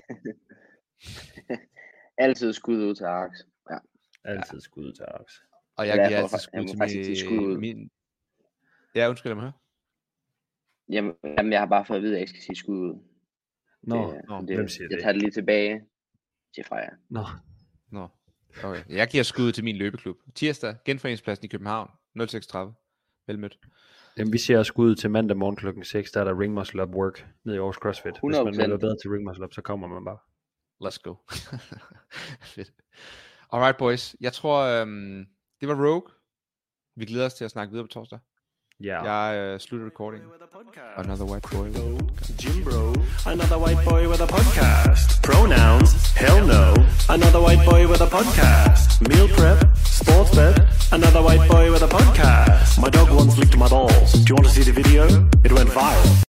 D: Altid skud ud til Arx. Ja.
C: Altid skud til Arx.
B: Og jeg
D: Ja,
B: giver
D: jeg
B: altid
D: får- jeg
B: skud
D: må
B: til
D: faktisk ikke sige skud ud.
B: min, min... Ja, undskyld, jeg må høre.
D: Jamen, jamen, jeg har bare fået at vide, at jeg ikke skal sige skud ud.
C: Nå,
D: det,
B: nå,
D: det,
C: hvem siger
D: jeg
C: det?
D: tager det lige tilbage til Freja.
C: Nå.
B: Nå, okay. Jeg giver skud til min løbeklub. Tirsdag, Genforeningspladsen i København, nul seks tredive. Velmødt.
C: Jamen, vi ser også ud til mandag morgen klokken seks, der er der ring muscle up work nede i Aarhus CrossFit.
D: hundrede procent.
C: Hvis man vil være bedre til ring muscle up, så kommer man bare.
B: Let's go. Fedt. Alright, boys. Jeg tror, øhm, det var Rogue. Vi glæder os til at snakke videre på torsdag.
C: Ja.
B: Jeg øh, slutter recording. Another white boy.
A: Jim Bro, another white boy with a podcast. Pronouns, hell no. Another white boy with a podcast. Meal prep, sports bet, another white boy with a podcast. My dog once licked my balls. Do you want to see the video? It went viral.